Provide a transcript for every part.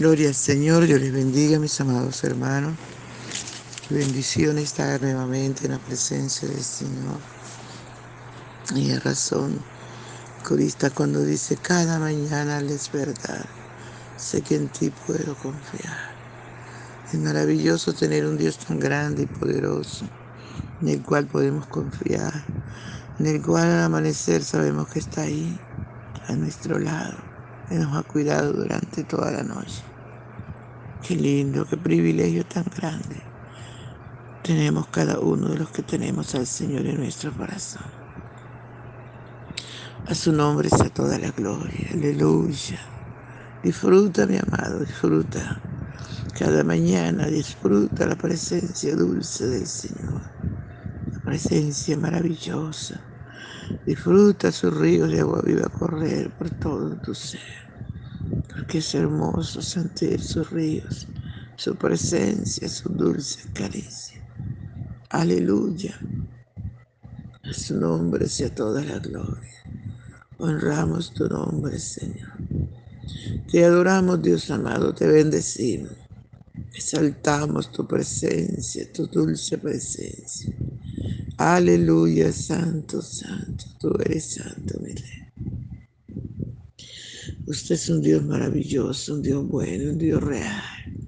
Gloria al Señor, Dios les bendiga, mis amados hermanos. Qué bendición estar nuevamente en la presencia del Señor. Y hay razón, corista, cuando dice: cada mañana al despertar, sé que en ti puedo confiar. Es maravilloso tener un Dios tan grande y poderoso, en el cual podemos confiar, en el cual al amanecer sabemos que está ahí, a nuestro lado, y nos ha cuidado durante toda la noche. Qué lindo, qué privilegio tan grande tenemos cada uno de los que tenemos al Señor en nuestro corazón. A su nombre sea toda la gloria. Aleluya. Disfruta, mi amado, disfruta. Cada mañana disfruta la presencia dulce del Señor. La presencia maravillosa. Disfruta sus ríos de agua viva correr por todo tu ser. Porque es hermoso sentir sus ríos, su presencia, su dulce caricia. Aleluya. A su nombre sea toda la gloria. Honramos tu nombre, Señor. Te adoramos, Dios amado, te bendecimos. Exaltamos tu presencia, tu dulce presencia. Aleluya, santo, santo. Tú eres santo, mi Rey. Usted es un Dios maravilloso, un Dios bueno, un Dios real.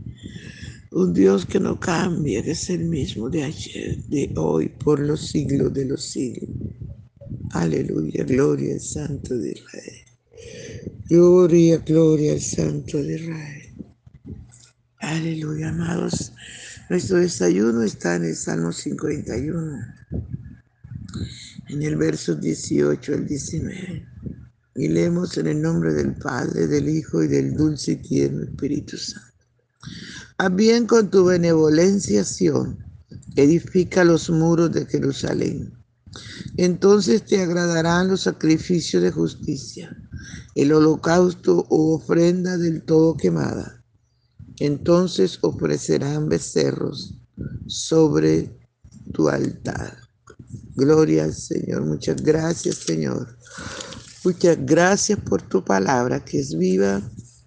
Un Dios que no cambia, que es el mismo de ayer, de hoy, por los siglos de los siglos. Aleluya, gloria al Santo de Israel. Gloria, gloria al Santo de Israel. Aleluya, amados. Nuestro desayuno está en el Salmo 51, en el verso 18 al 19. Y leemos en el nombre del Padre, del Hijo y del dulce y tierno Espíritu Santo. Haz bien con tu benevolencia, Sión, edifica los muros de Jerusalén. Entonces te agradarán los sacrificios de justicia, el holocausto o ofrenda del todo quemada. Entonces ofrecerán becerros sobre tu altar. Gloria al Señor. Muchas gracias, Señor. Muchas gracias por tu palabra, que es viva,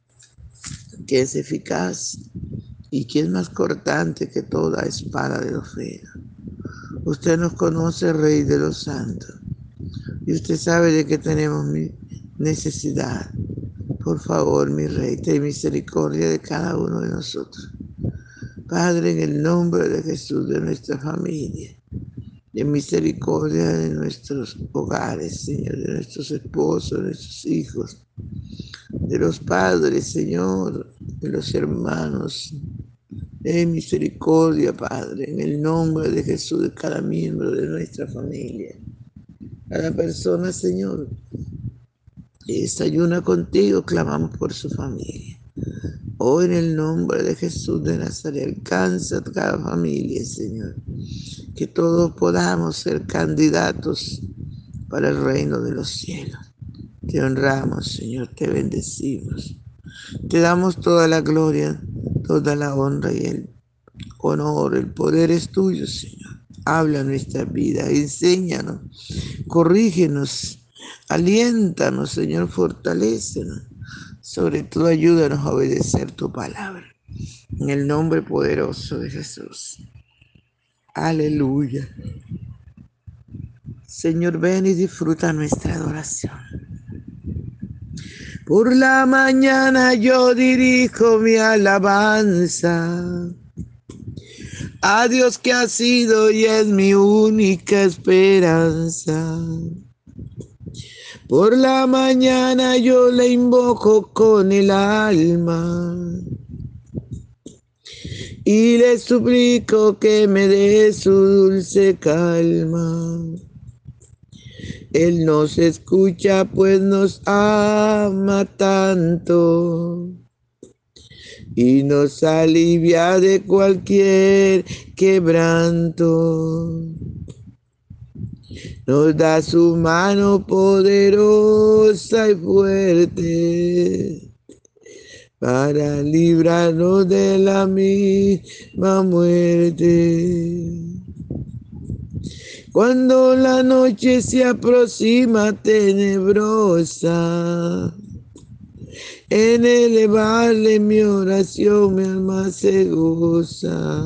que es eficaz y que es más cortante que toda espada de dos filos. Usted nos conoce, Rey de los santos, y usted sabe de qué tenemos necesidad. Por favor, mi Rey, ten misericordia de cada uno de nosotros. Padre, en el nombre de Jesús, de nuestra familia, de misericordia de nuestros hogares, Señor, de nuestros esposos, de nuestros hijos, de los padres, Señor, de los hermanos. Ten misericordia, Padre, en el nombre de Jesús, de cada miembro de nuestra familia. Cada persona, Señor, que desayuna contigo, clamamos por su familia. Hoy en el nombre de Jesús de Nazaret, alcanza a cada familia, Señor. Que todos podamos ser candidatos para el reino de los cielos. Te honramos, Señor, te bendecimos. Te damos toda la gloria, toda la honra y el honor. El poder es tuyo, Señor. Habla nuestra vida, enséñanos, corrígenos, aliéntanos, Señor, fortalécenos. Sobre todo, ayúdanos a obedecer tu palabra. En el nombre poderoso de Jesús. Aleluya. Señor, ven y disfruta nuestra adoración. Por la mañana yo dirijo mi alabanza a Dios, que ha sido y es mi única esperanza. Por la mañana yo le invoco con el alma y le suplico que me dé su dulce calma. Él nos escucha, pues nos ama tanto y nos alivia de cualquier quebranto. Nos da su mano poderosa y fuerte para librarnos de la misma muerte. Cuando la noche se aproxima tenebrosa, En elevarle mi oración, mi alma se goza.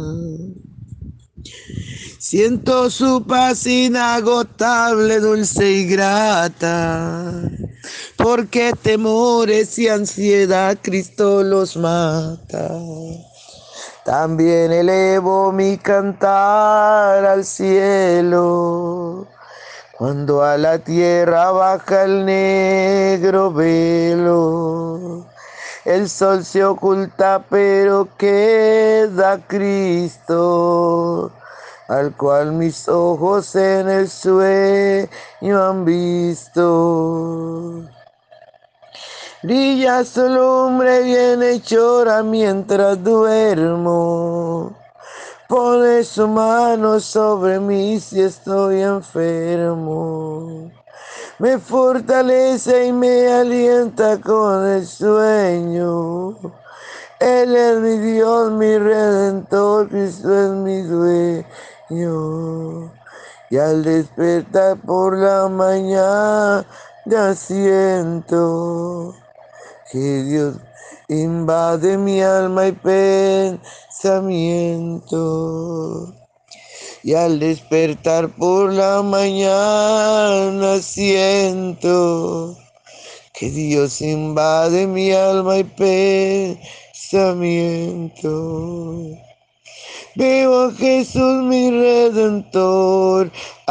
Siento su paz inagotable, dulce y grata, porque temores y ansiedad Cristo los mata. También elevo mi cantar al cielo, cuando a la tierra baja el negro velo. El sol se oculta, pero queda Cristo, al cual mis ojos en el sueño han visto. Brilla su lumbre bienhechora mientras duermo. Pone su mano sobre mí si estoy enfermo. Me fortalece y me alienta con el sueño. Él es mi Dios, mi Redentor, Cristo es mi dueño. Y al despertar por la mañana ya siento que Dios invade mi alma y pensamiento. Y al despertar por la mañana siento que Dios invade mi alma y pensamiento. Veo a Jesús mi Redentor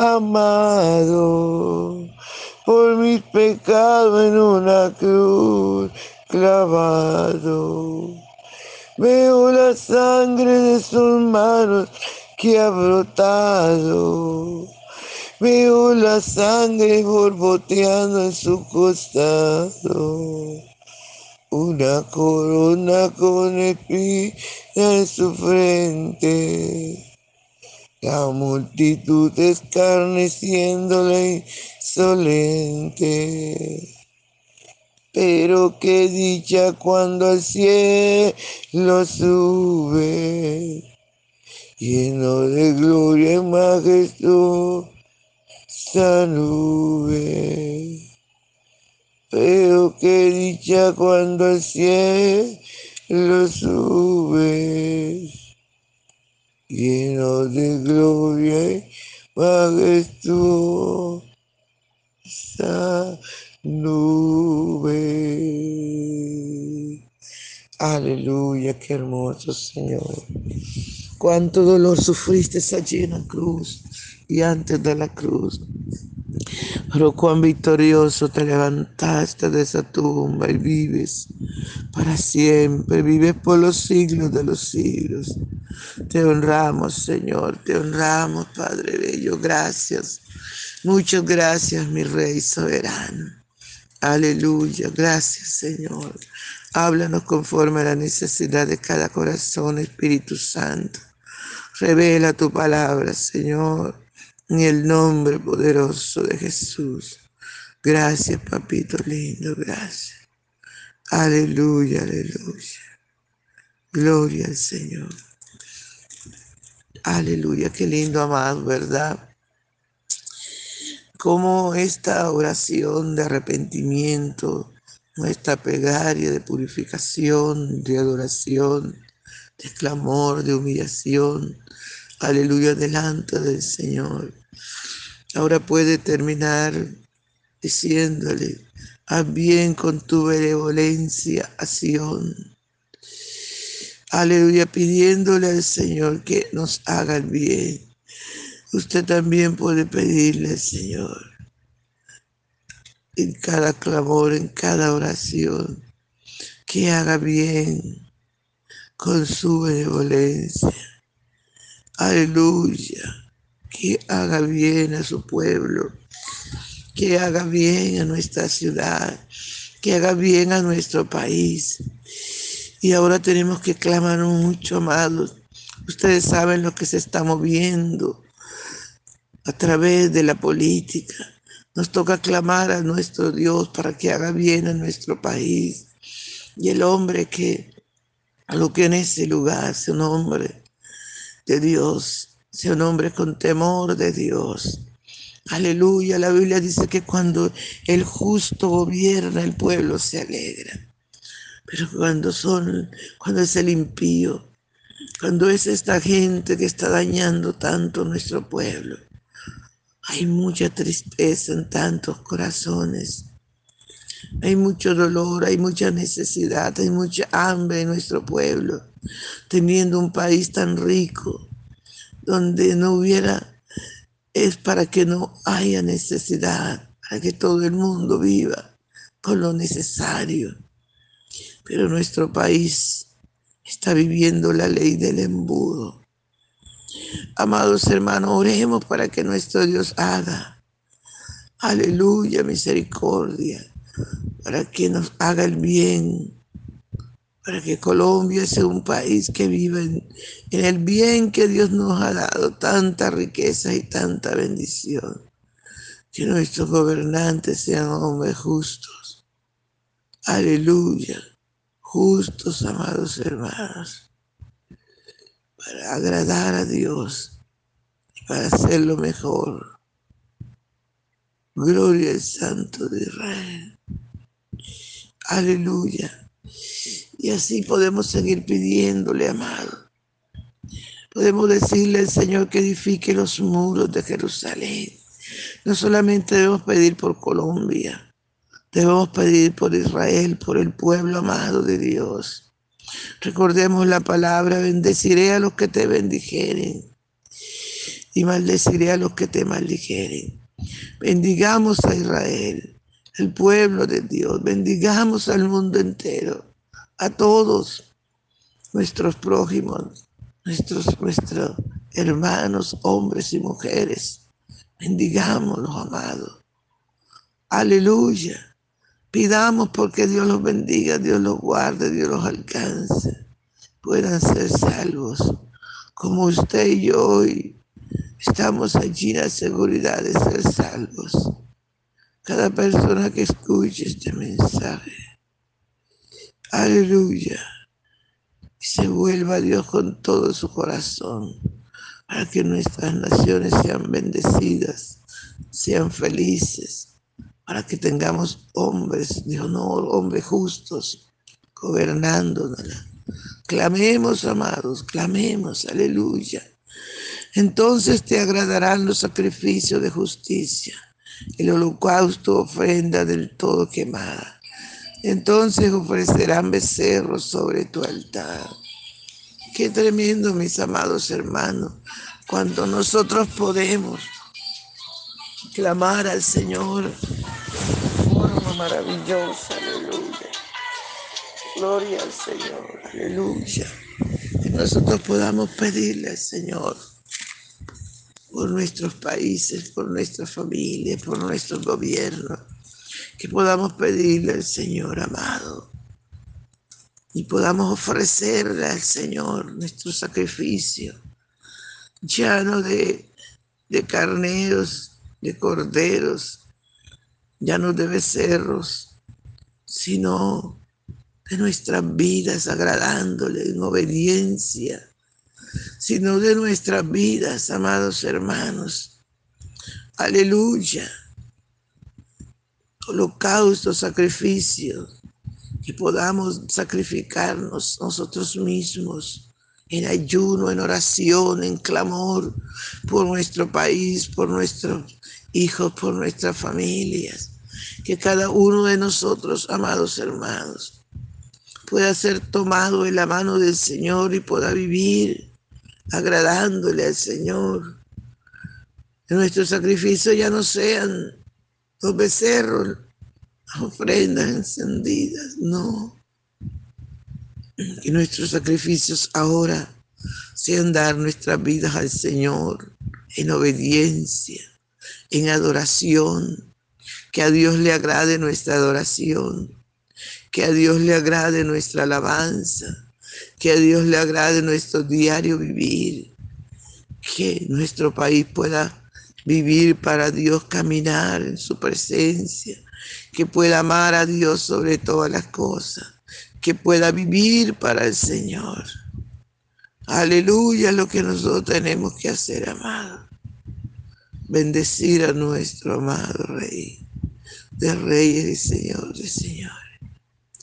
amado, por mis pecados en una cruz clavado. Veo la sangre de sus manos que ha brotado. Veo la sangre borboteando en su costado. Una corona con espinas en su frente. La multitud escarneciéndole insolente. Pero qué dicha cuando al cielo sube, lleno de gloria y majestuosa nube. Pero qué dicha cuando al cielo sube, lleno de gloria y majestuosa nube. Aleluya, qué hermoso Señor. Cuánto dolor sufriste allí en la cruz y antes de la cruz. Pero cuán victorioso te levantaste de esa tumba y vives para siempre, vives por los siglos de los siglos. Te honramos, Señor, te honramos, Padre Bello. Gracias, muchas gracias, mi Rey soberano. Aleluya, gracias, Señor. Háblanos conforme a la necesidad de cada corazón, Espíritu Santo. Revela tu palabra, Señor, en el nombre poderoso de Jesús. Gracias, papito lindo, gracias. Aleluya, aleluya. Gloria al Señor. Aleluya, qué lindo, amado, ¿verdad? Como esta oración de arrepentimiento, nuestra plegaria de purificación, de adoración, de clamor, de humillación, aleluya, delante del Señor. Ahora puede terminar diciéndole: haz bien con tu benevolencia a Sión. Aleluya, pidiéndole al Señor que nos haga el bien. Usted también puede pedirle al Señor en cada clamor, en cada oración, que haga bien con su benevolencia. Aleluya, que haga bien a su pueblo, que haga bien a nuestra ciudad, que haga bien a nuestro país. Y ahora tenemos que clamar mucho, amados. Ustedes saben lo que se está moviendo a través de la política. Nos toca clamar a nuestro Dios para que haga bien a nuestro país. Y el hombre que aloque en ese lugar sea un hombre de Dios, sea un hombre con temor de Dios. Aleluya, la Biblia dice que cuando el justo gobierna, el pueblo se alegra. Pero cuando es el impío, cuando es esta gente que está dañando tanto nuestro pueblo, hay mucha tristeza en tantos corazones. Hay mucho dolor, hay mucha necesidad, hay mucha hambre en nuestro pueblo, teniendo un país tan rico, donde no hubiera, es para que no haya necesidad, para que todo el mundo viva con lo necesario. Pero nuestro país está viviendo la ley del embudo. Amados hermanos, oremos para que nuestro Dios haga, aleluya, misericordia, para que nos haga el bien, para que Colombia sea un país que viva en el bien que Dios nos ha dado, tanta riqueza y tanta bendición. Que nuestros gobernantes sean hombres justos. Aleluya. Justos, amados hermanos, para agradar a Dios, para hacerlo mejor. Gloria al Santo de Israel. Aleluya. Y así podemos seguir pidiéndole, amado. Podemos decirle al Señor que edifique los muros de Jerusalén. No solamente debemos pedir por Colombia, debemos pedir por Israel, por el pueblo amado de Dios. Recordemos la palabra: bendeciré a los que te bendijeren y maldeciré a los que te maldijeren. Bendigamos a Israel, el pueblo de Dios. Bendigamos al mundo entero, a todos nuestros prójimos, nuestros hermanos, hombres y mujeres. Bendigámoslos, amados. Aleluya. Pidamos porque Dios los bendiga, Dios los guarde, Dios los alcance. Puedan ser salvos, como usted y yo hoy estamos allí en la seguridad de ser salvos. Cada persona que escuche este mensaje, aleluya, y se vuelva a Dios con todo su corazón, para que nuestras naciones sean bendecidas, sean felices, para que tengamos hombres de honor, hombres justos, gobernándonos. Clamemos, amados, clamemos, aleluya. Entonces te agradarán los sacrificios de justicia, el holocausto, ofrenda del todo quemada. Entonces ofrecerán becerros sobre tu altar. Qué tremendo, mis amados hermanos, cuando nosotros podemos clamar al Señor de forma maravillosa, aleluya. Gloria al Señor, aleluya. Que nosotros podamos pedirle al Señor por nuestros países, por nuestras familias, por nuestros gobiernos, que podamos pedirle al Señor amado y podamos ofrecerle al Señor nuestro sacrificio, ya no de carneros, de corderos, ya no de becerros, sino de nuestras vidas agradándole en obediencia, sino de nuestras vidas, amados hermanos. Aleluya. Holocausto, sacrificio, que podamos sacrificarnos nosotros mismos en ayuno, en oración, en clamor por nuestro país, por nuestros hijos, por nuestras familias. Que cada uno de nosotros, amados hermanos, pueda ser tomado en la mano del Señor y pueda vivir agradándole al Señor. Que nuestros sacrificios ya no sean los becerros, las ofrendas encendidas, no. Que nuestros sacrificios ahora sean dar nuestras vidas al Señor en obediencia, en adoración. Que a Dios le agrade nuestra adoración, que a Dios le agrade nuestra alabanza, que a Dios le agrade nuestro diario vivir, que nuestro país pueda vivir para Dios, caminar en su presencia, que pueda amar a Dios sobre todas las cosas, que pueda vivir para el Señor. Aleluya, lo que nosotros tenemos que hacer, amado. Bendecir a nuestro amado Rey, de reyes y Señor de señores.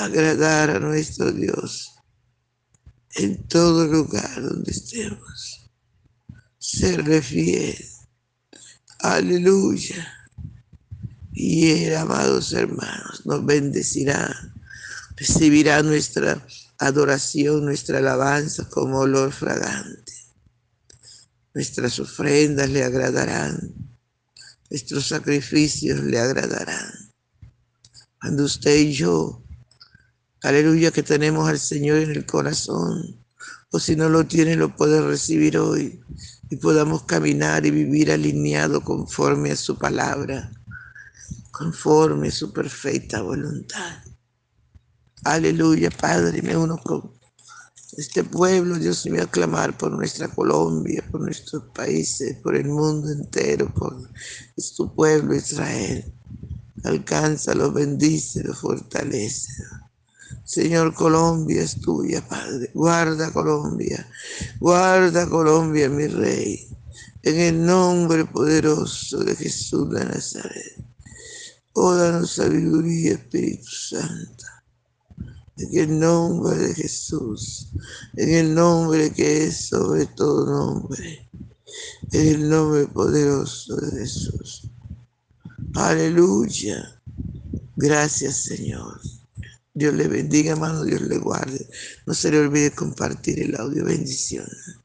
agradar a nuestro Dios en todo lugar donde estemos. Serle fiel. Aleluya. Y Él, amados hermanos, nos bendecirá. Recibirá nuestra adoración, nuestra alabanza como olor fragante. Nuestras ofrendas le agradarán. Nuestros sacrificios le agradarán. Cuando usted y yo, aleluya, que tenemos al Señor en el corazón, o si no lo tiene, lo puede recibir hoy y podamos caminar y vivir alineado conforme a su palabra, conforme a su perfecta voluntad. Aleluya, Padre, me uno con este pueblo, Dios mío, a clamar por nuestra Colombia, por nuestros países, por el mundo entero, por tu pueblo Israel. Alcánzalo, bendícelo, fortalece. Señor, Colombia es tuya, Padre. Guarda Colombia, mi Rey. En el nombre poderoso de Jesús de Nazaret. Oh, danos sabiduría, Espíritu Santo. En el nombre de Jesús. En el nombre que es sobre todo nombre. En el nombre poderoso de Jesús. Aleluya. Gracias, Señor. Dios le bendiga, hermano. Dios le guarde. No se le olvide compartir el audio. Bendiciones.